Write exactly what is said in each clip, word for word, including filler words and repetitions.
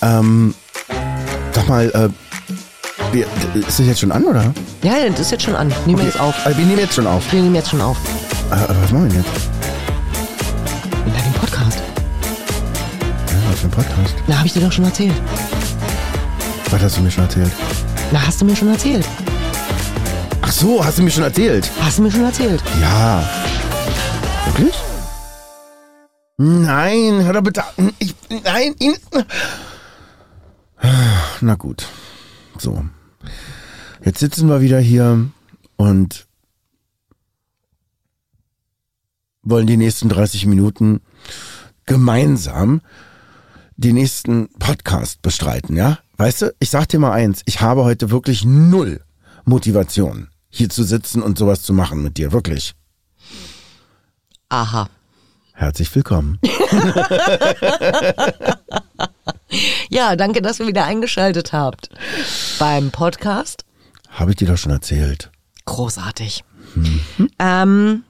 Ähm, sag mal, äh, wir, ist das jetzt schon an, oder? Ja, ja, das ist jetzt schon an. Nehmen wir Okay. jetzt auf. Also wir nehmen jetzt schon auf. Wir nehmen jetzt schon auf. Äh, aber was machen wir denn jetzt? Na, den Podcast. Ja, was für ein Podcast? Na, hab ich dir doch schon erzählt. Was hast du mir schon erzählt? Na, hast du mir schon erzählt. Ach so, hast du mir schon erzählt? Hast du mir schon erzählt. Ja. Wirklich? Nein, hör doch bitte. Ich, nein. Ich, na gut. So. Jetzt sitzen wir wieder hier und wollen die nächsten dreißig Minuten gemeinsam den nächsten Podcast bestreiten, ja? Weißt du, ich sag dir mal eins, ich habe heute wirklich null Motivation, hier zu sitzen und sowas zu machen mit dir, wirklich. Aha. Herzlich willkommen. Ja, danke, dass ihr wieder eingeschaltet habt. Beim Podcast. Habe ich dir doch schon erzählt. Großartig. Mhm. Ähm,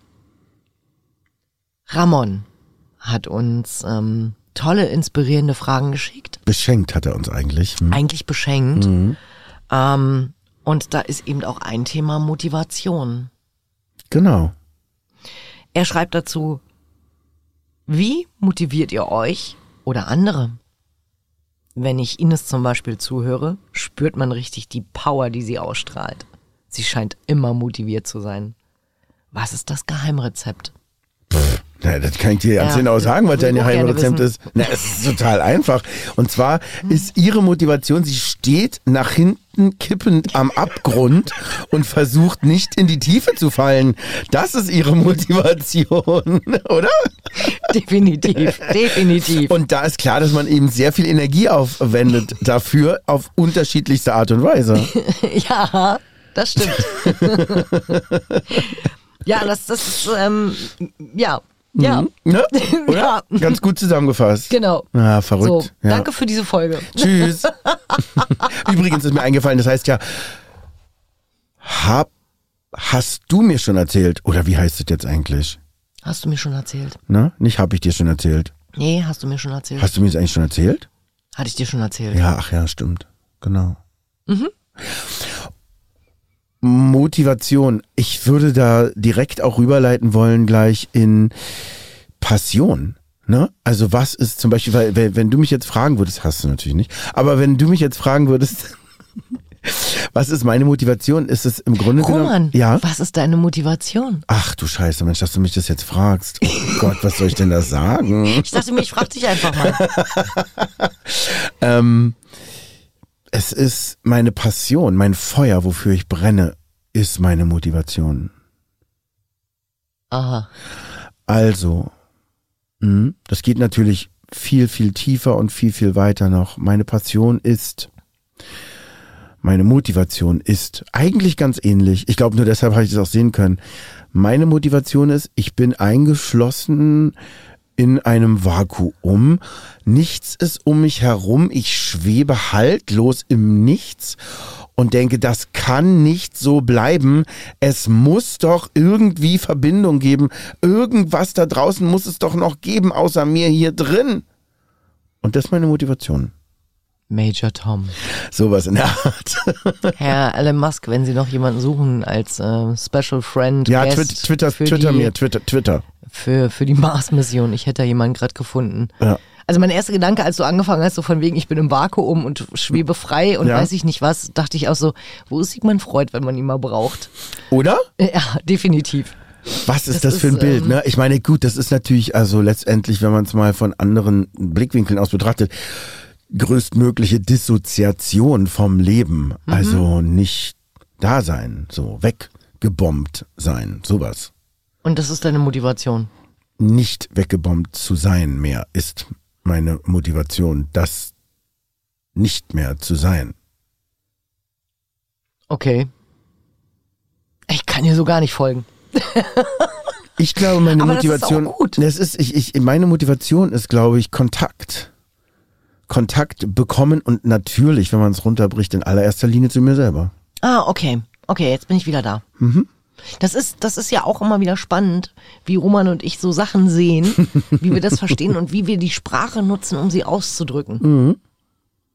Ramon hat uns ähm, tolle, inspirierende Fragen geschickt. Beschenkt hat er uns eigentlich. Hm. Eigentlich beschenkt. Mhm. Ähm, und da ist eben auch ein Thema Motivation. Genau. Er schreibt dazu, wie motiviert ihr euch oder andere? Wenn ich Ines zum Beispiel zuhöre, spürt man richtig die Power, die sie ausstrahlt. Sie scheint immer motiviert zu sein. Was ist das Geheimrezept? Pff, na, das kann ich dir ganz Ja, genau sagen, was will dein ich auch gerne Geheimrezept wissen. ist. Na, es ist total einfach. Und zwar ist ihre Motivation, sie steht nach hinten kippend am Abgrund und versucht nicht in die Tiefe zu fallen. Das ist ihre Motivation, oder? Definitiv, definitiv. Und da ist klar, dass man eben sehr viel Energie aufwendet dafür auf unterschiedlichste Art und Weise. Ja, das stimmt. Ja, das, das ist, ähm, ja, ja. Mhm. Ne? Oder? Ja. Ganz gut zusammengefasst. Genau. Ja, verrückt. So, ja. danke für diese Folge. Tschüss. Übrigens ist mir eingefallen, das heißt ja, hab, hast du mir schon erzählt, oder wie heißt es jetzt eigentlich? Hast du mir schon erzählt? Ne? Nicht hab ich dir schon erzählt. Nee, hast du mir schon erzählt. Hast du mir das eigentlich schon erzählt? Hatte ich dir schon erzählt. Ja, ach ja, stimmt. Genau. Mhm. Motivation. Ich würde da direkt auch rüberleiten wollen gleich in Passion. Ne? Also was ist zum Beispiel, weil weil, wenn du mich jetzt fragen würdest, hast du natürlich nicht, aber wenn du mich jetzt fragen würdest, was ist meine Motivation, ist es im Grunde Roman, genommen... Ja? was ist deine Motivation? Ach du Scheiße, Mensch, dass du mich das jetzt fragst. Oh Gott, was soll ich denn da sagen? Ich dachte mir, ich frag dich einfach mal. ähm, es ist meine Passion, mein Feuer, wofür ich brenne, ist meine Motivation. Aha. Also, mh, das geht natürlich viel, viel tiefer und viel, viel weiter noch. Meine Passion ist, meine Motivation ist eigentlich ganz ähnlich. Ich glaube, nur deshalb habe ich das auch sehen können. Meine Motivation ist, ich bin eingeschlossen in einem Vakuum. Nichts ist um mich herum. Ich schwebe haltlos im Nichts und denke, das kann nicht so bleiben. Es muss doch irgendwie Verbindung geben. Irgendwas da draußen muss es doch noch geben, außer mir hier drin. Und das ist meine Motivation. Major Tom. Sowas in der Art. Herr Elon Musk, wenn Sie noch jemanden suchen als äh, Special Friend, Ja, Guest Twitter, Twitter, für Twitter die, mir, Twitter, Twitter. Für, für die Mars-Mission. Ich hätte da jemanden gerade gefunden. Ja. Also mein erster Gedanke, als du angefangen hast, so von wegen, ich bin im Vakuum und schwebe frei und Ja. weiß ich nicht was, dachte ich auch so, wo ist Sigmund Freud, wenn man ihn mal braucht? Oder? Ja, definitiv. Was ist Das das, für ein ist, Bild, ähm, ne? Ich meine, gut, das ist natürlich, also letztendlich, wenn man es mal von anderen Blickwinkeln aus betrachtet, größtmögliche Dissoziation vom Leben. Mhm. Also nicht da sein, so weggebombt sein, sowas. Und das ist deine Motivation. Nicht weggebombt zu sein mehr ist meine Motivation, das nicht mehr zu sein. Okay. Ich kann dir so gar nicht folgen. Ich glaube, meine Aber das ist Motivation, auch gut. Das ist, ich, ich, meine Motivation ist, glaube ich, Kontakt. Kontakt bekommen und natürlich, wenn man es runterbricht, in allererster Linie zu mir selber. Ah, okay. Okay, jetzt bin ich wieder da. Mhm. Das ist, das ist ja auch immer wieder spannend, wie Roman und ich so Sachen sehen, wie wir das verstehen und wie wir die Sprache nutzen, um sie auszudrücken. Mhm.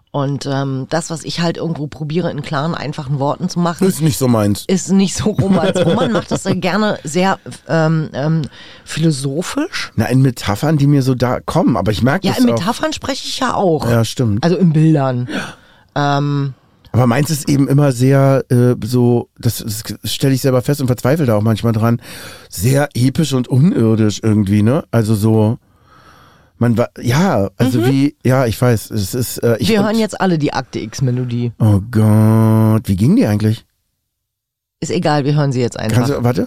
Und ähm, das, was ich halt irgendwo probiere, in klaren, einfachen Worten zu machen, Ist nicht so meins. ist nicht so Romans. Roman macht das dann gerne sehr ähm, ähm, philosophisch. Na, in Metaphern, die mir so da kommen, aber ich merke Ja, das in auch. Metaphern spreche ich ja auch. Ja, stimmt. Also in Bildern. Ähm, Aber meins ist eben immer sehr äh, so, das, das stelle ich selber fest und verzweifle da auch manchmal dran, sehr episch und unirdisch irgendwie, ne? Also so, man war, ja, also Mhm. wie, ja, ich weiß, es ist, äh, ich wir hören jetzt alle die Akte X-Melodie. Oh Gott, wie ging die eigentlich? Ist egal, wir hören sie jetzt einfach. Kannst du, warte.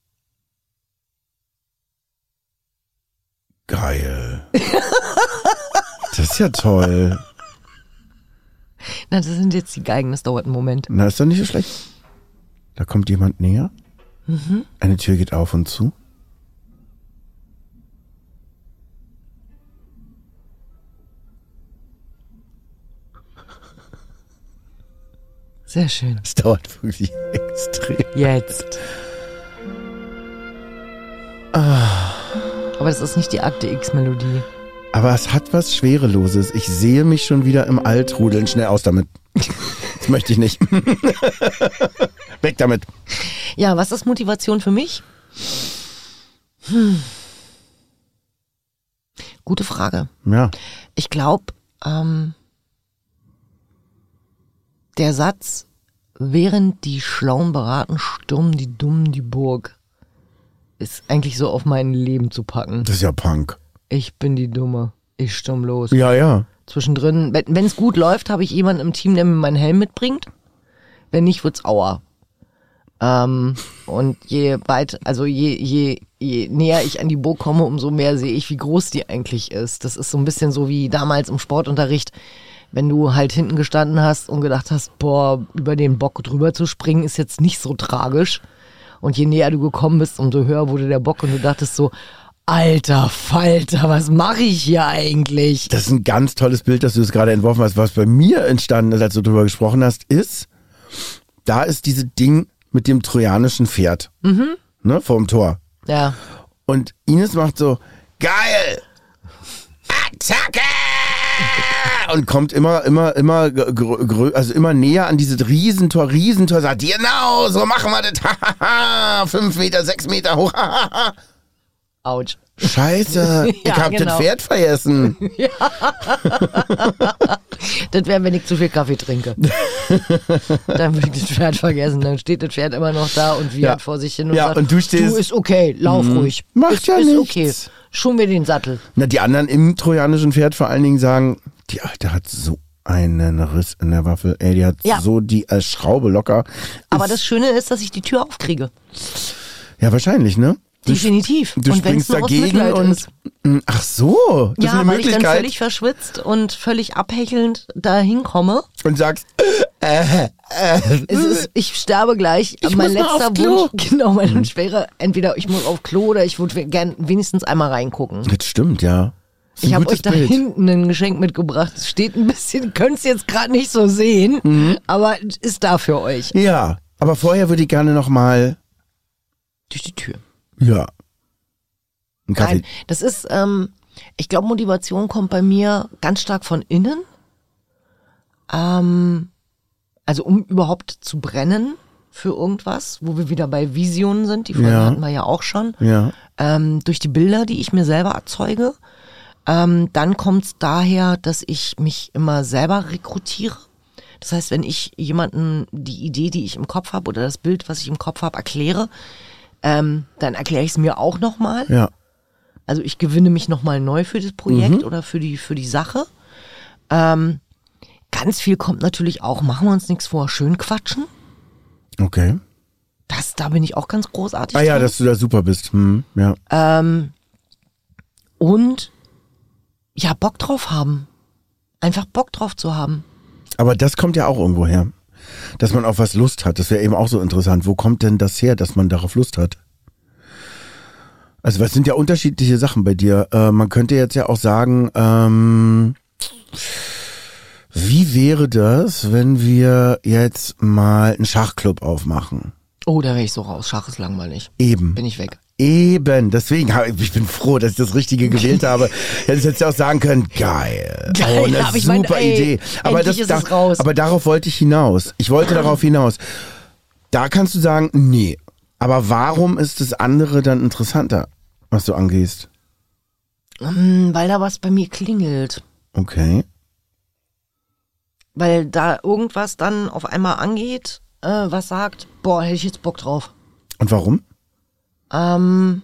Geil. Das ist ja toll. Na, das sind jetzt die Geigen, das dauert einen Moment. Na, ist doch nicht so schlecht. Da kommt jemand näher. Mhm. Eine Tür geht auf und zu. Sehr schön. Es dauert wirklich extrem. Jetzt. Aber das ist nicht die Akte X-Melodie. Aber es hat was Schwereloses. Ich sehe mich schon wieder im Altrudeln. Schnell aus damit. Das möchte ich nicht. Weg damit. Ja, was ist Motivation für mich? Hm. Gute Frage. Ja. Ich glaube, ähm, der Satz, während die Schlauen beraten, stürmen die Dummen die Burg, ist eigentlich so auf mein Leben zu packen. Das ist ja Punk. Ich bin die Dumme. Ich stürm los. Ja, ja. Zwischendrin, wenn es gut läuft, habe ich jemanden im Team, der mir meinen Helm mitbringt. Wenn nicht, wird's Aua. Ähm, und je weit, also je, je, je näher ich an die Burg komme, umso mehr sehe ich, wie groß die eigentlich ist. Das ist so ein bisschen so wie damals im Sportunterricht, wenn du halt hinten gestanden hast und gedacht hast, boah, über den Bock drüber zu springen ist jetzt nicht so tragisch. Und je näher du gekommen bist, umso höher wurde der Bock und du dachtest so, alter Falter, was mache ich hier eigentlich? Das ist ein ganz tolles Bild, das du jetzt gerade entworfen hast. Was bei mir entstanden ist, als du drüber gesprochen hast, ist, da ist dieses Ding mit dem trojanischen Pferd. Mhm. Ne, vorm Tor. Ja. Und Ines macht so, geil! Attacke! Und kommt immer, immer, immer, grö- grö- also immer näher an dieses Riesentor, Riesentor, sagt, genau, so machen wir das. Fünf Meter, sechs Meter hoch. Autsch. Scheiße, ich Ja, hab genau. das Pferd vergessen. Das wäre, wenn ich zu viel Kaffee trinke. Dann würde ich das Pferd vergessen. Dann steht das Pferd immer noch da und wie Ja. halt vor sich hin und Ja, sagt, und du stehst- du ist okay, lauf ruhig. Macht ist, ja ist nichts. okay. Schon wir den Sattel. Na, die anderen im trojanischen Pferd vor allen Dingen sagen, die Alte hat so einen Riss in der Waffel. Ey, die hat Ja. so die äh, Schraube locker. Aber Ist- das Schöne ist, dass ich die Tür aufkriege. Ja, wahrscheinlich, ne? Du, Definitiv. du und wenn es springst nur aus dagegen Mitleid und ist. Mh, ach so, das Ja, ist eine weil ich dann Möglichkeit. völlig verschwitzt und völlig abhechelnd da hinkomme. Und sagst, äh, äh, Es ist, ich sterbe gleich. Ich mein muss mal letzter aufs Klo. Wunsch, genau, mein Wunsch wäre, entweder ich muss auf Klo oder ich würde gern wenigstens einmal reingucken. das stimmt, ja. Das ist Ich ein habe gutes euch da Bild. hinten ein Geschenk mitgebracht. Es steht ein bisschen, könnt es jetzt gerade nicht so sehen, Mhm. aber es ist da für euch. Ja, aber vorher würde ich gerne noch mal, Durch die Tür. ja, einen Kaffee. Nein, das ist, ähm, ich glaube, Motivation kommt bei mir ganz stark von innen. Ähm, also um überhaupt zu brennen für irgendwas, wo wir wieder bei Visionen sind, die Folge Ja. hatten wir ja auch schon. Ja, Ähm, durch die Bilder, die ich mir selber erzeuge. Ähm, dann kommt es daher, dass ich mich immer selber rekrutiere. Das heißt, wenn ich jemanden die Idee, die ich im Kopf habe oder das Bild, was ich im Kopf habe, erkläre, ähm, dann erkläre ich es mir auch nochmal. ja. Also ich gewinne mich nochmal neu für das Projekt oder für die, für die Sache. Ähm, ganz viel kommt natürlich auch, machen wir uns nichts vor, schön quatschen. Okay. Das, da bin ich auch ganz großartig. Ah ja, drin. dass du da super bist. Hm, ja. Ähm, und ja, Bock drauf haben. Einfach Bock drauf zu haben. Aber das kommt ja auch irgendwo her. Dass man auf was Lust hat. Das wäre eben auch so interessant. Wo kommt denn das her, dass man darauf Lust hat? Also was sind ja unterschiedliche Sachen bei dir. Äh, man könnte jetzt ja auch sagen, ähm, wie wäre das, wenn wir jetzt mal einen Schachclub aufmachen? Oh, da wäre ich so raus. Schach ist langweilig. Eben. Bin ich weg. Eben, deswegen, hab- ich bin froh, dass ich das Richtige gewählt habe. Hätte ich jetzt ja auch sagen können, geil. Geil, oh, eine aber ich super meine, ey, Idee. Aber, endlich das, ist da, es raus. aber darauf wollte ich hinaus. Ich wollte darauf hinaus. Da kannst du sagen, nee. Aber warum ist das andere dann interessanter, was du angehst? Hm, weil da was bei mir klingelt. Okay. Weil da irgendwas dann auf einmal angeht, äh, was sagt, boah, hätte ich jetzt Bock drauf. Und warum? Ähm,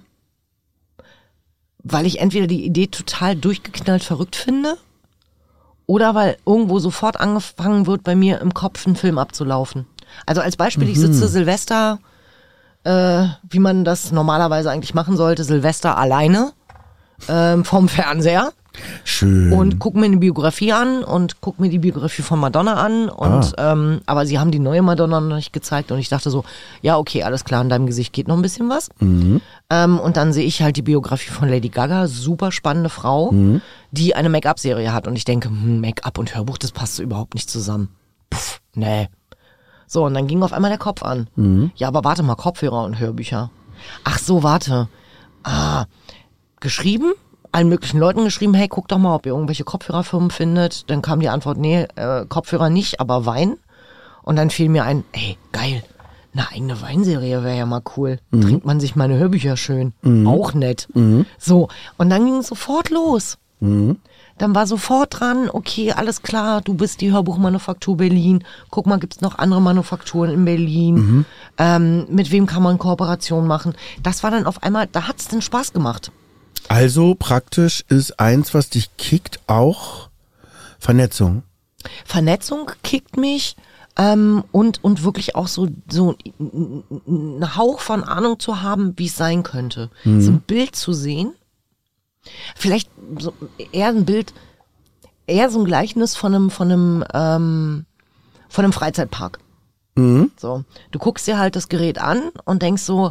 weil ich entweder die Idee total durchgeknallt verrückt finde oder weil irgendwo sofort angefangen wird, bei mir im Kopf ein Film abzulaufen. Also als Beispiel, Mhm. ich sitze Silvester, äh, wie man das normalerweise eigentlich machen sollte, Silvester alleine ähm, vorm Fernseher. Schön. Und guck mir eine Biografie an und guck mir die Biografie von Madonna an. Und ähm, aber sie haben die neue Madonna noch nicht gezeigt und ich dachte so, ja okay, alles klar, in deinem Gesicht geht noch ein bisschen was. Mhm. Ähm, und dann sehe ich halt die Biografie von Lady Gaga, super spannende Frau, Mhm. die eine Make-up-Serie hat. Und ich denke, hm, Make-up und Hörbuch, das passt so überhaupt nicht zusammen. Puff, nee. So, und dann ging auf einmal der Kopf an. Mhm. Ja, aber warte mal, Kopfhörer und Hörbücher. Ach so, warte. Ah, geschrieben, allen möglichen Leuten geschrieben, hey, guck doch mal, ob ihr irgendwelche Kopfhörerfirmen findet. Dann kam die Antwort, nee, äh, Kopfhörer nicht, aber Wein. Und dann fiel mir ein, ey, geil, eine eigene Weinserie wäre ja mal cool. Mhm. Trinkt man sich meine Hörbücher schön. Auch nett. So, und dann ging es sofort los. Mhm. Dann war sofort dran, okay, alles klar, du bist die Hörbuchmanufaktur Berlin. Guck mal, gibt's noch andere Manufakturen in Berlin? Mhm. Ähm, mit wem kann man Kooperation machen? Das war dann auf einmal, da hat's den Spaß gemacht. Also praktisch ist eins, was dich kickt, auch Vernetzung. Vernetzung kickt mich ähm, und und wirklich auch so so einen Hauch von Ahnung zu haben, wie es sein könnte. Mhm. So ein Bild zu sehen, vielleicht so eher ein Bild, eher so ein Gleichnis von einem von einem ähm, von einem Freizeitpark. Mhm. So, du guckst dir halt das Gerät an und denkst so,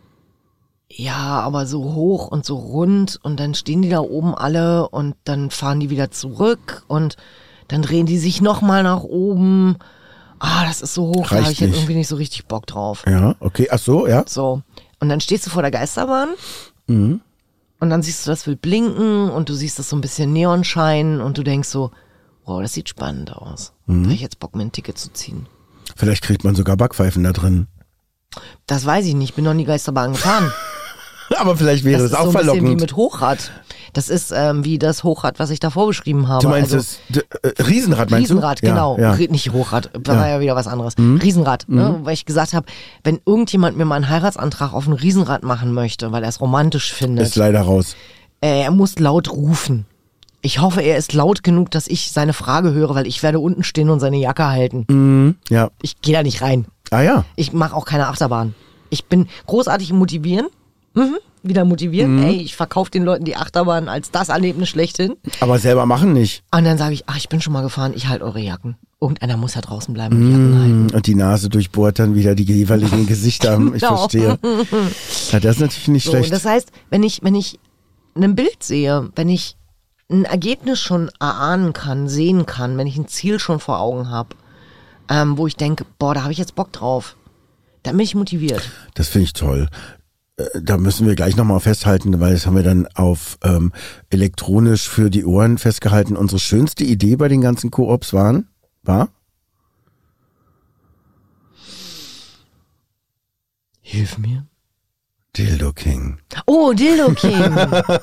ja, aber so hoch und so rund und dann stehen die da oben alle und dann fahren die wieder zurück und dann drehen die sich nochmal nach oben. Ah, das ist so hoch, da Reicht habe ich jetzt nicht. irgendwie nicht so richtig Bock drauf. Ja, okay. Ach so, ja. So, und dann stehst du vor der Geisterbahn Mhm. und dann siehst du, das will blinken und du siehst das so ein bisschen Neonschein und du denkst so, wow, das sieht spannend aus. Da habe ich jetzt Bock, mir ein Ticket zu ziehen. Vielleicht kriegt man sogar Backpfeifen da drin. Das weiß ich nicht, ich bin noch nie Geisterbahn gefahren. Aber vielleicht wäre Das das, ist auch so ein bisschen wie verlockend. mit Hochrad. Das ist ähm, wie das Hochrad, was ich davor beschrieben habe. Du meinst also, das d- äh, Riesenrad, meinst Riesenrad, du? genau. Ja, ja. Ri- Nicht Hochrad, da Ja. war ja wieder was anderes. Riesenrad, ne? Weil ich gesagt habe, wenn irgendjemand mir mal einen Heiratsantrag auf ein Riesenrad machen möchte, weil er es romantisch findet, Ist leider raus. äh, er muss laut rufen. Ich hoffe, er ist laut genug, dass ich seine Frage höre, weil ich werde unten stehen und seine Jacke halten. Mhm. Ja. Ich gehe da nicht rein. Ah ja. Ich mache auch keine Achterbahn. Ich bin großartig im Motivieren. Mhm. Wieder motivieren. Mhm. Ey, ich verkaufe den Leuten die Achterbahn als das Erlebnis schlechthin. Aber selber machen nicht. Und dann sage ich, ach, ich bin schon mal gefahren, ich halte eure Jacken. Irgendeiner muss ja draußen bleiben und die Jacken halten. Und die Nase durchbohrt dann wieder die jeweiligen Gesichter. Ich Genau. verstehe. Ja, das ist natürlich nicht So, schlecht. das heißt, wenn ich, wenn ich ein Bild sehe, wenn ich ein Ergebnis schon erahnen kann, sehen kann, wenn ich ein Ziel schon vor Augen habe, ähm, wo ich denke, boah, da habe ich jetzt Bock drauf, dann bin ich motiviert. Das finde ich toll. Äh, Da müssen wir gleich nochmal festhalten, weil das haben wir dann auf ähm, elektronisch für die Ohren festgehalten. Unsere schönste Idee bei den ganzen Koops waren, war? Hilf mir. Dildo King. Oh, Dildo King.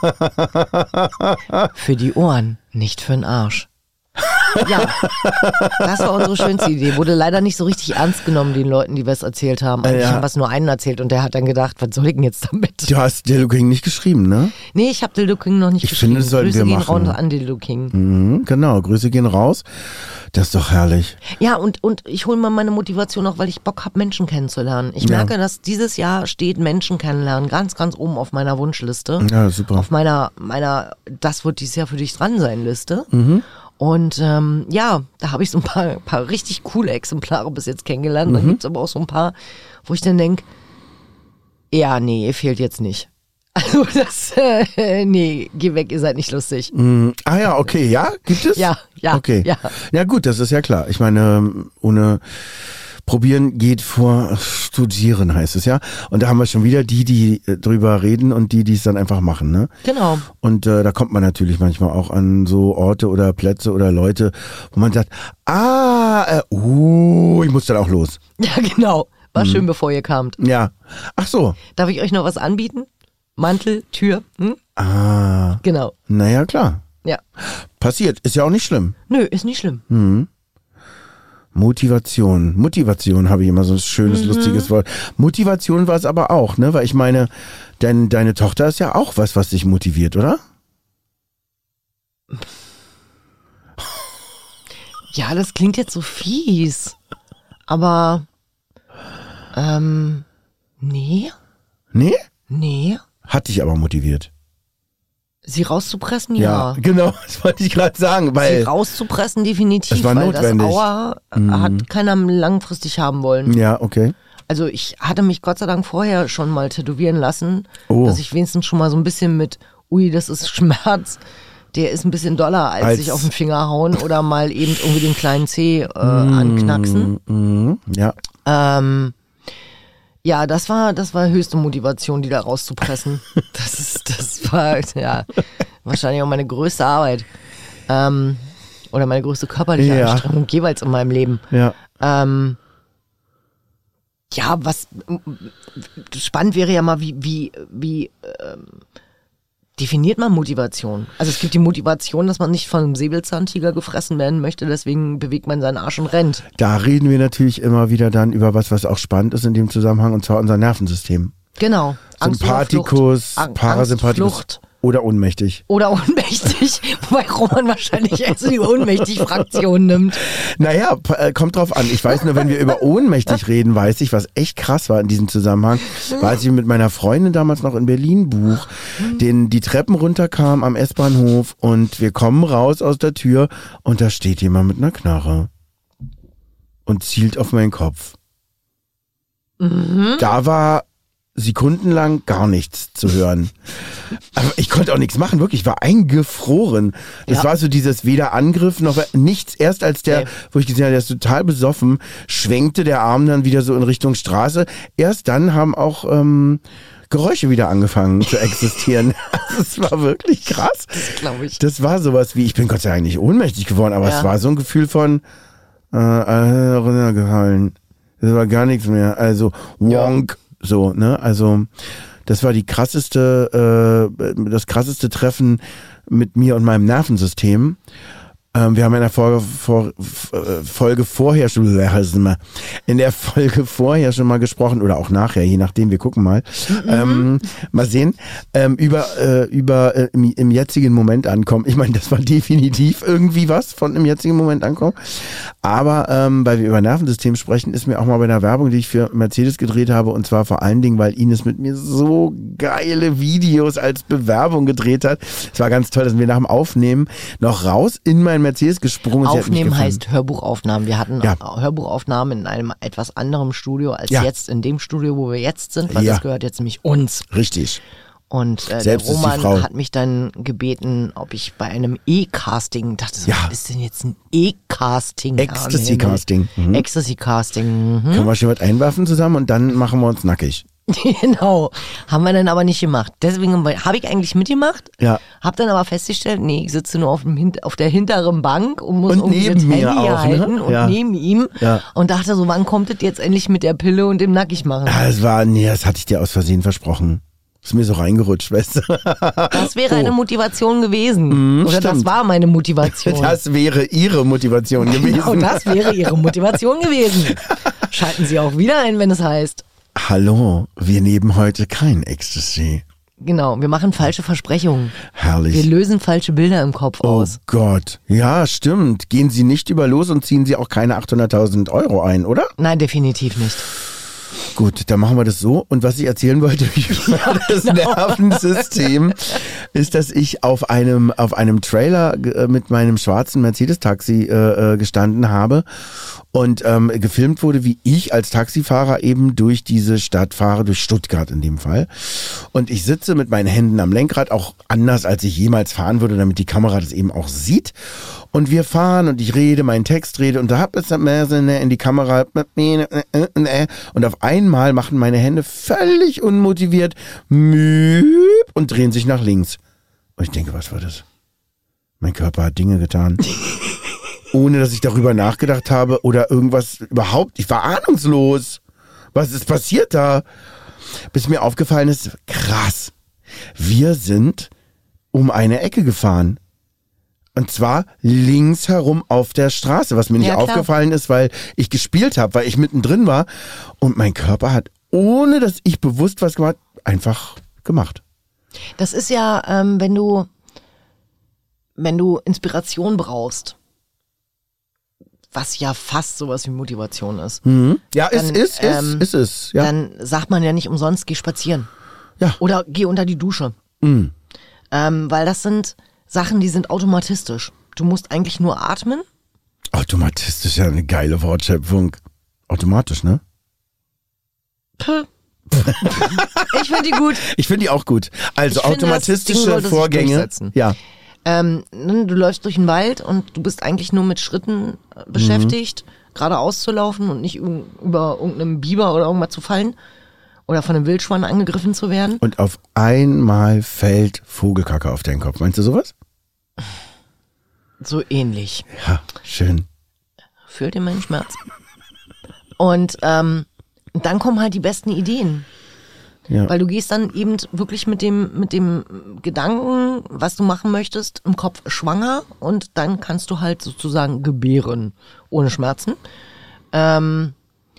Für die Ohren, nicht für den Arsch. Ja, das war unsere schönste Idee. Wurde leider nicht so richtig ernst genommen, den Leuten, die wir es erzählt haben. Eigentlich Ja. haben wir es nur einen erzählt und der hat dann gedacht, was soll ich denn jetzt damit? Du hast Dildo King nicht geschrieben, ne? Nee, ich habe Dildo King noch nicht Ich geschrieben. finde, das sollten Grüße wir gehen machen. raus an Dildo King. Mhm, genau, Grüße gehen raus. Das ist doch herrlich. Ja, und, und ich hole mal meine Motivation auch, weil ich Bock habe, Menschen kennenzulernen. Ich Ja. merke, dass dieses Jahr steht Menschen kennenlernen ganz, ganz oben auf meiner Wunschliste. Ja, super. Auf meiner, meiner, das wird dieses Jahr für dich dran sein Liste. Mhm. Und ähm, ja, da habe ich so ein paar, paar richtig coole Exemplare bis jetzt kennengelernt. Mhm. Dann gibt's aber auch so ein paar, wo ich dann denk, ja, nee, fehlt jetzt nicht. Also das, äh, nee, geh weg, ihr seid nicht lustig. Mhm. Ah ja, okay, ja, gibt es? Ja, ja, Okay. ja. Ja gut, das ist ja klar. Ich meine, ohne probieren geht vor studieren, heißt es ja. Und da haben wir schon wieder die, die äh, drüber reden und die, die es dann einfach machen, ne? Genau. Und äh, da kommt man natürlich manchmal auch an so Orte oder Plätze oder Leute, wo man sagt, ah, äh, uh, ich muss dann auch los. Ja, genau. War schön, bevor ihr kamt. Ja. Ach so. Darf ich euch noch was anbieten? Mantel, Tür, hm? Ah. Genau. Naja, klar. Ja. Passiert. Ist ja auch nicht schlimm. Nö, ist nicht schlimm. Mhm. Motivation. Motivation habe ich immer so ein schönes, mhm. lustiges Wort. Motivation war es aber auch, ne? Weil ich meine, denn deine Tochter ist ja auch was, was dich motiviert, oder? Ja, das klingt jetzt so fies. Aber, ähm, nee. Nee? Nee. Hat dich aber motiviert. Sie rauszupressen, ja. Ja, genau, das wollte ich gerade sagen. Weil Sie rauszupressen, definitiv, es war weil notwendig. das Aua Mhm. hat keiner langfristig haben wollen. Ja, okay. Also ich hatte mich Gott sei Dank vorher schon mal tätowieren lassen, Oh. dass ich wenigstens schon mal so ein bisschen mit, ui, das ist Schmerz, der ist ein bisschen doller, als, Als- sich auf den Finger hauen oder mal eben irgendwie den kleinen Zeh äh, anknacksen. Mhm. Ja. Ähm, ja, das war, das war höchste Motivation, die da rauszupressen. Das ist, das war, ja, wahrscheinlich auch meine größte Arbeit. Ähm, oder meine größte körperliche Ja. Anstrengung jeweils in meinem Leben. Ja. Ähm, ja, was spannend wäre ja mal, wie, wie, wie ähm, definiert man Motivation? Also es gibt die Motivation, dass man nicht von einem Säbelzahntiger gefressen werden möchte, deswegen bewegt man seinen Arsch und rennt. Da reden wir natürlich immer wieder dann über was, was auch spannend ist in dem Zusammenhang, und zwar unser Nervensystem. Genau. Angst oder Sympathikus, Flucht. Ang- Parasympathikus Angst, Flucht. oder ohnmächtig. Oder ohnmächtig, wobei Roman wahrscheinlich erst die Ohnmächtig-Fraktion nimmt. Naja, p- äh, kommt drauf an. Ich weiß nur, wenn wir über ohnmächtig reden, weiß ich, was echt krass war in diesem Zusammenhang, war, als ich mit meiner Freundin damals noch in Berlin buch, den die Treppen runterkam am S-Bahnhof und wir kommen raus aus der Tür und da steht jemand mit einer Knarre und zielt auf meinen Kopf. Mhm. Da war sekundenlang gar nichts zu hören. Aber ich konnte auch nichts machen, wirklich, ich war eingefroren. Das Ja. war so dieses weder Angriff noch nichts. Erst als der, Nee. wo ich gesehen habe, der ist total besoffen, schwenkte der Arm dann wieder so in Richtung Straße. Erst dann haben auch ähm, Geräusche wieder angefangen zu existieren. Das war wirklich krass. Das glaube ich. Das war sowas wie, ich bin Gott sei Dank nicht ohnmächtig geworden, aber Ja. es war so ein Gefühl von äh, äh, runtergefallen. Das war gar nichts mehr. Also wonk. So, ne, also das war die krasseste, äh, das krasseste Treffen mit mir und meinem Nervensystem. Ähm, wir haben in der Folge, vor, äh, Folge vorher schon, in der Folge vorher schon mal gesprochen oder auch nachher, je nachdem, wir gucken mal, mhm. ähm, mal sehen, ähm, über, äh, über äh, im, im jetzigen Moment ankommen. Ich meine, das war definitiv irgendwie was von im jetzigen Moment ankommen. Aber ähm, weil wir über Nervensystem sprechen, ist mir auch mal bei einer Werbung, die ich für Mercedes gedreht habe, und zwar vor allen Dingen, weil Ines mit mir so geile Videos als Bewerbung gedreht hat. Es war ganz toll, dass wir nach dem Aufnehmen noch raus in mein Mercedes gesprungen sind. Aufnehmen heißt Hörbuchaufnahmen. Wir hatten Ja. Hörbuchaufnahmen in einem etwas anderen Studio als Ja. jetzt in dem Studio, wo wir jetzt sind, weil Ja. das gehört jetzt nämlich uns. Richtig. Und äh, der Selbst ist die Frau. Roman hat mich dann gebeten, ob ich bei einem E-Casting, dachte so, Ja. was ist denn jetzt ein E-Casting? Ecstasy-Casting. Mhm. Ecstasy-Casting, mhm. Können wir schon was einwerfen zusammen und dann machen wir uns nackig. Genau, haben wir dann aber nicht gemacht. Deswegen habe ich eigentlich mitgemacht, Ja. habe dann aber festgestellt, nee, ich sitze nur auf, dem Hin- auf der hinteren Bank und muss Und irgendwie neben das mir Handy auch, ne? halten und Ja. neben ihm Ja. und dachte so, wann kommt es jetzt endlich mit der Pille und dem Nackigmachen? Ah, das war, nee, das hatte ich dir aus Versehen versprochen. Ist mir so reingerutscht, weißt du? Das wäre Oh. eine Motivation gewesen. Oder das stimmt. war meine Motivation. Das wäre ihre Motivation gewesen. Genau, das wäre ihre Motivation gewesen. Schalten Sie auch wieder ein, wenn es heißt. Hallo, wir nehmen heute kein Ecstasy. Genau, wir machen falsche Versprechungen. Herrlich. Wir lösen falsche Bilder im Kopf Oh aus. Gott. Ja, stimmt. Gehen Sie nicht über los und ziehen Sie auch keine achthunderttausend Euro ein, oder? Nein, definitiv nicht. Gut, dann machen wir das so. Und was ich erzählen wollte über das Nervensystem, ist, dass ich auf einem auf einem Trailer äh, mit meinem schwarzen Mercedes-Taxi äh, äh, gestanden habe und ähm, gefilmt wurde, wie ich als Taxifahrer eben durch diese Stadt fahre, durch Stuttgart in dem Fall. Und ich sitze mit meinen Händen am Lenkrad, auch anders als ich jemals fahren würde, damit die Kamera das eben auch sieht. Und wir fahren und ich rede, meinen Text rede und da hab es in die Kamera und auf einmal machen meine Hände völlig unmotiviert und drehen sich nach links. Und ich denke, was war das? Mein Körper hat Dinge getan. Ohne dass ich darüber nachgedacht habe oder irgendwas überhaupt. Ich war ahnungslos. Was ist passiert da? Bis mir aufgefallen ist, krass, wir sind um eine Ecke gefahren. Und zwar links herum auf der Straße, was mir nicht ja, aufgefallen ist, weil ich gespielt habe, weil ich mittendrin war. Und mein Körper hat, ohne dass ich bewusst was gemacht habe, einfach gemacht. Das ist ja, ähm, wenn du, wenn du Inspiration brauchst, was ja fast sowas wie Motivation ist. Mhm. Ja, dann, ist, ist, ähm, ist, ist es. Ja. Dann sagt man ja nicht umsonst, geh spazieren. Ja. Oder geh unter die Dusche. Mhm. Ähm, weil das sind Sachen, die sind automatistisch. Du musst eigentlich nur atmen. Automatistisch, ja eine geile Wortschöpfung. Automatisch, ne? Puh. Ich finde die gut. Ich finde die auch gut. Also ich automatistische finde, Vorgänge. Ja. Ähm, du läufst durch den Wald und du bist eigentlich nur mit Schritten beschäftigt, mhm. geradeaus zu laufen und nicht über irgendeinem Biber oder irgendwas zu fallen oder von einem Wildschwein angegriffen zu werden. Und auf einmal fällt Vogelkacke auf deinen Kopf. Meinst du sowas? So ähnlich. Ja, schön. Fühlt ihr meinen Schmerz? Und ähm, dann kommen halt die besten Ideen. Ja. Weil du gehst dann eben wirklich mit dem, mit dem Gedanken, was du machen möchtest, im Kopf schwanger und dann kannst du halt sozusagen gebären ohne Schmerzen. Ähm,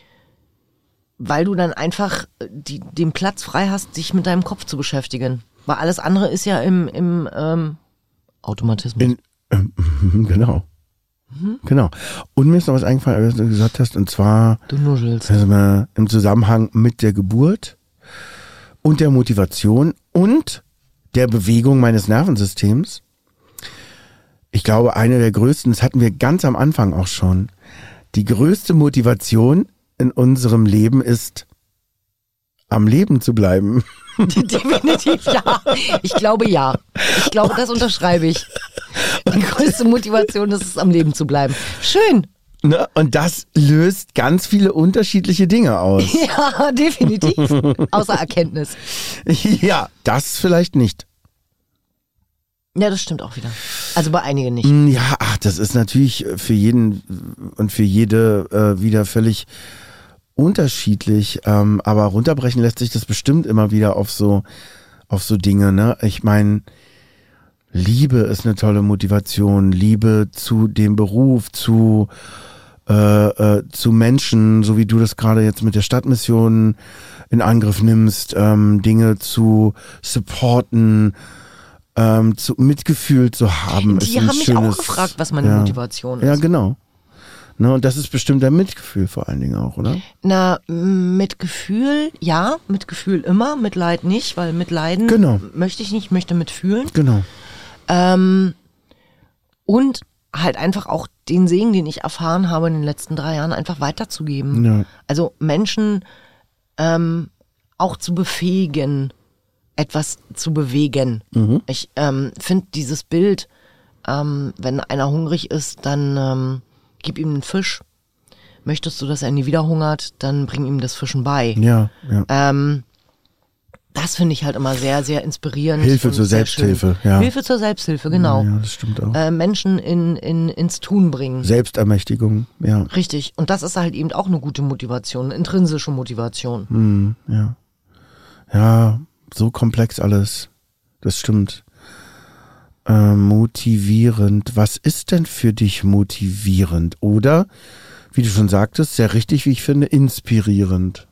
weil du dann einfach die, den Platz frei hast, dich mit deinem Kopf zu beschäftigen. Weil alles andere ist ja im, im ähm, Automatismus. In, ähm, genau. Mhm. Genau. Und mir ist noch was eingefallen, was du gesagt hast, und zwar du nuschelst. Also mal im Zusammenhang mit der Geburt und der Motivation und der Bewegung meines Nervensystems. Ich glaube, eine der größten, das hatten wir ganz am Anfang auch schon, die größte Motivation in unserem Leben ist, am Leben zu bleiben. Definitiv ja. Ich glaube ja. Ich glaube, das unterschreibe ich. Die größte Motivation ist es, am Leben zu bleiben. Schön. Ne? Und das löst ganz viele unterschiedliche Dinge aus. Ja, definitiv. Außer Erkenntnis. Ja, das vielleicht nicht. Ja, das stimmt auch wieder. Also bei einigen nicht. Ja, ach, das ist natürlich für jeden und für jede äh, wieder völlig unterschiedlich. Ähm, aber runterbrechen lässt sich das bestimmt immer wieder auf so, auf so Dinge. Ne? Ich meine, Liebe ist eine tolle Motivation. Liebe zu dem Beruf, zu Äh, äh, zu Menschen, so wie du das gerade jetzt mit der Stadtmission in Angriff nimmst, ähm, Dinge zu supporten, ähm, zu Mitgefühl zu haben. Die ist ein haben mich schönes, auch gefragt, was meine ja, Motivation ist. Ja, genau. Ne, und das ist bestimmt der Mitgefühl vor allen Dingen auch, oder? Na, Mitgefühl, ja, Mitgefühl immer, Mitleid nicht, weil Mitleiden genau. möchte ich nicht, ich möchte mitfühlen. Genau. Ähm, und halt einfach auch den Segen, den ich erfahren habe in den letzten drei Jahren, einfach weiterzugeben. Ja. Also Menschen ähm, auch zu befähigen, etwas zu bewegen. Mhm. Ich ähm, finde dieses Bild, ähm, wenn einer hungrig ist, dann ähm, gib ihm einen Fisch. Möchtest du, dass er nie wieder hungert, dann bring ihm das Fischen bei. Ja, ja. Ähm, Das finde ich halt immer sehr, sehr inspirierend. Hilfe zur Selbsthilfe, ja. Hilfe zur Selbsthilfe, genau. Ja, das stimmt auch. Äh, Menschen in, in, ins Tun bringen. Selbstermächtigung, ja. Richtig. Und das ist halt eben auch eine gute Motivation, eine intrinsische Motivation. Hm, ja. Ja, so komplex alles. Das stimmt. Äh, motivierend. Was ist denn für dich motivierend? Oder, wie du schon sagtest, sehr richtig, wie ich finde, inspirierend.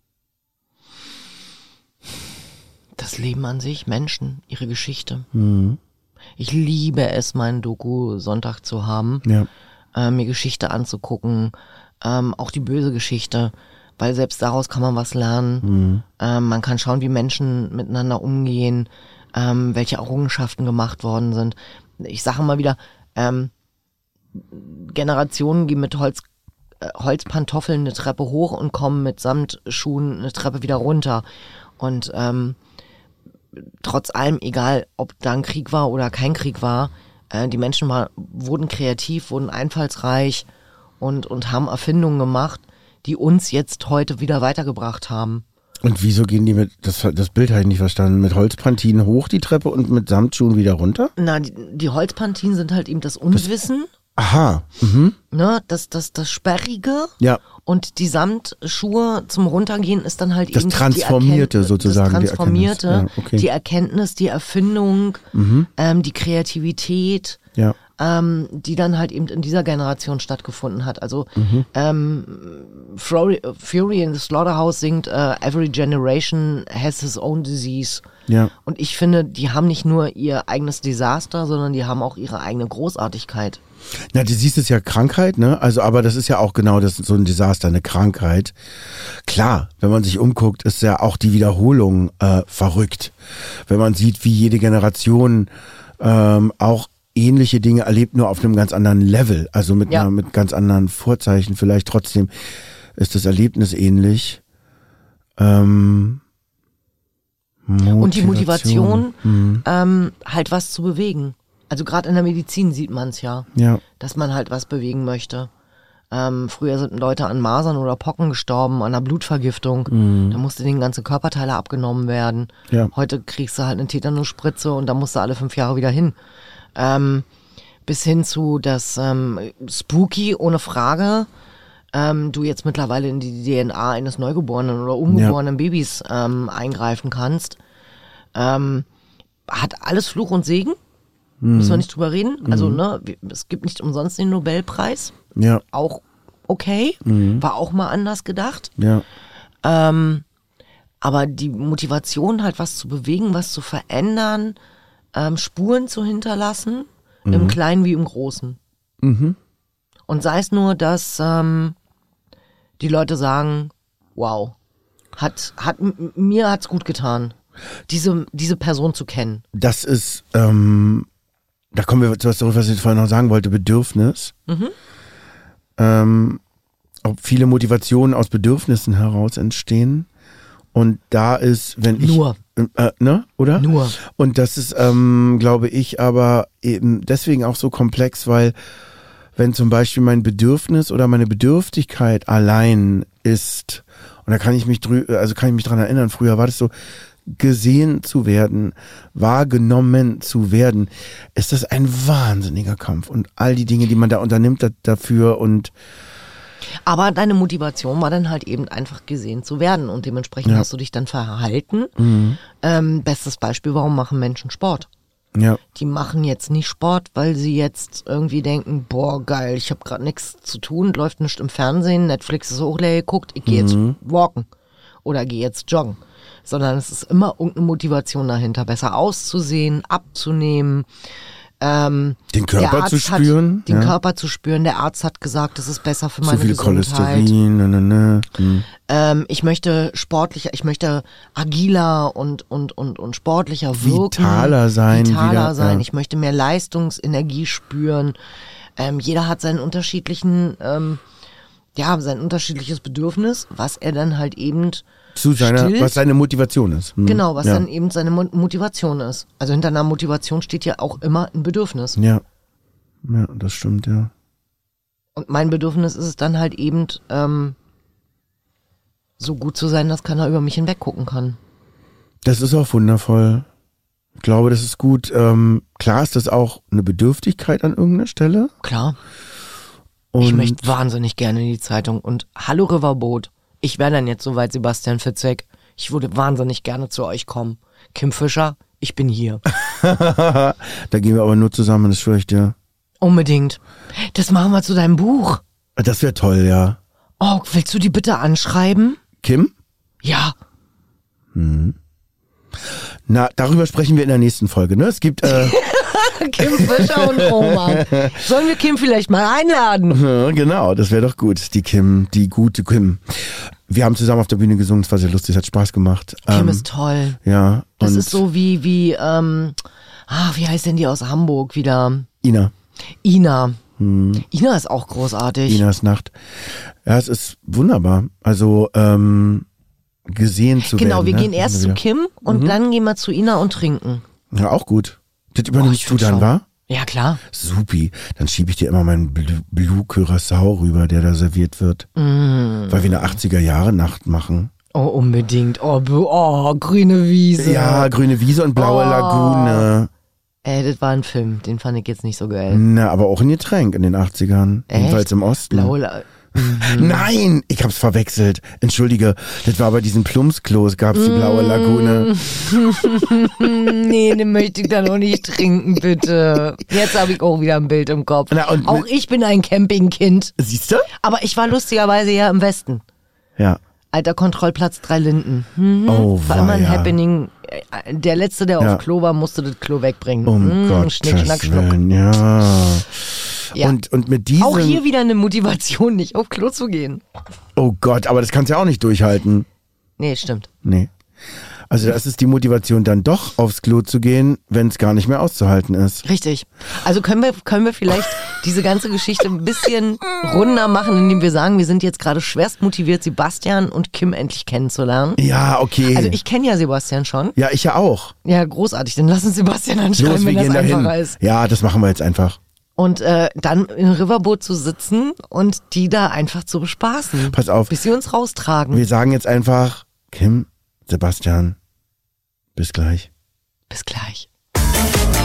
Das Leben an sich, Menschen, ihre Geschichte. Mhm. Ich liebe es, meinen Doku-Sonntag zu haben, ja. äh, mir Geschichte anzugucken, ähm, auch die böse Geschichte, weil selbst daraus kann man was lernen. Mhm. Ähm, man kann schauen, wie Menschen miteinander umgehen, ähm, welche Errungenschaften gemacht worden sind. Ich sage mal wieder, ähm, Generationen gehen mit Holz, äh, Holzpantoffeln eine Treppe hoch und kommen mit Samtschuhen eine Treppe wieder runter. Und ähm, trotz allem, egal ob da ein Krieg war oder kein Krieg war, Äh, die Menschen war, wurden kreativ, wurden einfallsreich und, und haben Erfindungen gemacht, die uns jetzt heute wieder weitergebracht haben. Und wieso gehen die mit, das, das Bild habe ich nicht verstanden, mit Holzpantinen hoch die Treppe und mit Samtschuhen wieder runter? Na, die, die Holzpantinen sind halt eben das Unwissen. Das, aha. Mhm. Ne, das, das, das Sperrige. Ja. Und die Samtschuhe zum Runtergehen ist dann halt das eben Transformierte die Erkenntnis, sozusagen. das Transformierte, die Erkenntnis, ja, okay. die Erkenntnis, die Erfindung, mhm. ähm, die Kreativität, ja. ähm, die dann halt eben in dieser Generation stattgefunden hat. Also mhm. ähm, Fury, Fury in the Slaughterhouse singt uh, Every generation has his own disease. Ja. Und ich finde, die haben nicht nur ihr eigenes Desaster, sondern die haben auch ihre eigene Großartigkeit. Na, du siehst es ja Krankheit, ne? Also, aber das ist ja auch genau das, so ein Desaster, eine Krankheit. Klar, wenn man sich umguckt, ist ja auch die Wiederholung äh, verrückt. Wenn man sieht, wie jede Generation ähm, auch ähnliche Dinge erlebt, nur auf einem ganz anderen Level. Also mit, ja. einer, mit ganz anderen Vorzeichen. Vielleicht trotzdem ist das Erlebnis ähnlich. Ähm, Motivation. Und die Motivation, mhm. ähm, halt was zu bewegen. Also gerade in der Medizin sieht man es ja, ja, dass man halt was bewegen möchte. Ähm, früher sind Leute an Masern oder Pocken gestorben, an einer Blutvergiftung. Mhm. Da musste denen ganze Körperteile abgenommen werden. Ja. Heute kriegst du halt eine Tetanusspritze und da musst du alle fünf Jahre wieder hin. Ähm, bis hin zu das ähm, Spooky, ohne Frage, ähm, du jetzt mittlerweile in die D N A eines Neugeborenen oder ungeborenen ja. Babys ähm, eingreifen kannst. Ähm, hat alles Fluch und Segen. Mhm. Müssen wir nicht drüber reden. Also, mhm. ne, es gibt nicht umsonst den Nobelpreis. Ja. Auch okay. Mhm. War auch mal anders gedacht. Ja. Ähm, aber die Motivation, halt was zu bewegen, was zu verändern, ähm, Spuren zu hinterlassen, mhm. im Kleinen wie im Großen. Mhm. Und sei es nur, dass ähm, die Leute sagen, wow, hat, hat, mir hat's gut getan, diese, diese Person zu kennen. Das ist, ähm, da kommen wir zu was, was ich vorhin noch sagen wollte, Bedürfnis. Mhm. Ähm, ob viele Motivationen aus Bedürfnissen heraus entstehen. Und da ist, wenn ich... Nur. Äh, ne, oder? Nur. Und das ist, ähm, glaube ich, aber eben deswegen auch so komplex, weil wenn zum Beispiel mein Bedürfnis oder meine Bedürftigkeit allein ist, und da kann ich mich drü- also kann ich mich dran erinnern, früher war das so, gesehen zu werden, wahrgenommen zu werden, ist das ein wahnsinniger Kampf. Und all die Dinge, die man da unternimmt da, dafür und aber deine Motivation war dann halt eben einfach gesehen zu werden und dementsprechend ja. hast du dich dann verhalten. Mhm. Ähm, bestes Beispiel, warum machen Menschen Sport? Ja. Die machen jetzt nicht Sport, weil sie jetzt irgendwie denken, boah geil, ich habe gerade nichts zu tun, läuft nichts im Fernsehen, Netflix ist auch leer geguckt, ich gehe mhm. jetzt walken oder gehe jetzt joggen. Sondern es ist immer irgendeine Motivation dahinter, besser auszusehen, abzunehmen, ähm, den Körper zu spüren. Hat, den ja. Körper zu spüren. Der Arzt hat gesagt, das ist besser für meine Zu viel Gesundheit. Cholesterin. Ne, ne, ne. Hm. Ähm, ich möchte sportlicher, ich möchte agiler und und und und sportlicher wirken. Vitaler sein. Vitaler wieder, sein. Ja. Ich möchte mehr Leistungsenergie spüren. Ähm, jeder hat seinen unterschiedlichen, ähm, ja, sein unterschiedliches Bedürfnis, was er dann halt eben zu seiner, stillt. Was seine Motivation ist. Hm. Genau, was ja. dann eben seine Mo- Motivation ist. Also hinter einer Motivation steht ja auch immer ein Bedürfnis. Ja, ja, das stimmt, ja. Und mein Bedürfnis ist es dann halt eben, ähm, so gut zu sein, dass keiner über mich hinweg gucken kann. Das ist auch wundervoll. Ich glaube, das ist gut. Ähm, klar ist das auch eine Bedürftigkeit an irgendeiner Stelle. Klar. Und ich möchte wahnsinnig gerne in die Zeitung. Und hallo Riverboot. Ich wäre dann jetzt soweit, Sebastian Fitzek. Ich würde wahnsinnig gerne zu euch kommen. Kim Fischer, ich bin hier. Da gehen wir aber nur zusammen, das schwöre ich dir. Unbedingt. Das machen wir zu deinem Buch. Das wäre toll, ja. Oh, willst du die bitte anschreiben? Kim? Ja. Hm. Na, darüber sprechen wir in der nächsten Folge, ne? Es gibt äh Kim Fischer und Roman. Sollen wir Kim vielleicht mal einladen? Ja, genau, das wäre doch gut. Die Kim, die gute Kim. Wir haben zusammen auf der Bühne gesungen, es war sehr lustig, es hat Spaß gemacht. Kim ähm, ist toll. Ja. Das und ist so wie, wie, ähm, ah, wie heißt denn die aus Hamburg wieder? Ina. Ina. Hm. Ina ist auch großartig. Inas Nacht. Ja, es ist wunderbar. Also, ähm, gesehen zu genau, werden. Genau, wir ne? gehen erst zu Kim und mhm. dann gehen wir zu Ina und trinken. Ja, auch gut. Das übernimmst oh, du dann, schon. wa? Ja, klar. Supi. Dann schiebe ich dir immer meinen Blue, Blue Curaçao rüber, der da serviert wird. Mm. Weil wir eine achtziger-Jahre-Nacht machen. Oh, unbedingt. Oh, oh, grüne Wiese. Ja, grüne Wiese und blaue Oh. Lagune. Ey, das war ein Film, den fand ich jetzt nicht so geil. Na, aber auch ein Getränk in den achtzigern. Echt? Jedenfalls im Osten. Blaue La Nein, ich hab's verwechselt. Entschuldige, das war bei diesen Plumpsklos, gab's die blaue Lagune. Nee, den möchte ich dann auch nicht trinken, bitte. Jetzt habe ich auch wieder ein Bild im Kopf. Na, und auch mit- ich bin ein Campingkind. Siehst du? Aber ich war lustigerweise ja im Westen. Ja. Alter Kontrollplatz Drei Linden. Mhm. Oh, War immer ein weia. Happening. Der Letzte, der Ja. auf Klo war, musste das Klo wegbringen. Um Mhm, Gottes Schnick, schnack, schnuck. Willen, ja. Ja. Und, und mit diesem... Auch hier wieder eine Motivation, nicht auf Klo zu gehen. Oh Gott, aber das kannst du ja auch nicht durchhalten. Nee, stimmt. Nee. Also das ist die Motivation, dann doch aufs Klo zu gehen, wenn es gar nicht mehr auszuhalten ist. Richtig. Also können wir, können wir vielleicht diese ganze Geschichte ein bisschen runder machen, indem wir sagen, wir sind jetzt gerade schwerst motiviert, Sebastian und Kim endlich kennenzulernen. Ja, okay. Also ich kenne ja Sebastian schon. ja, ich ja auch. Ja, großartig. Dann lass uns Sebastian anschreiben, Los, wir wenn das gehen dahin. einfacher ist. Ja, das machen wir jetzt einfach. Und äh, dann im Riverboot zu sitzen und die da einfach zu bespaßen. Pass auf. Bis sie uns raustragen. Wir sagen jetzt einfach, Kim, Sebastian, bis gleich. Bis gleich.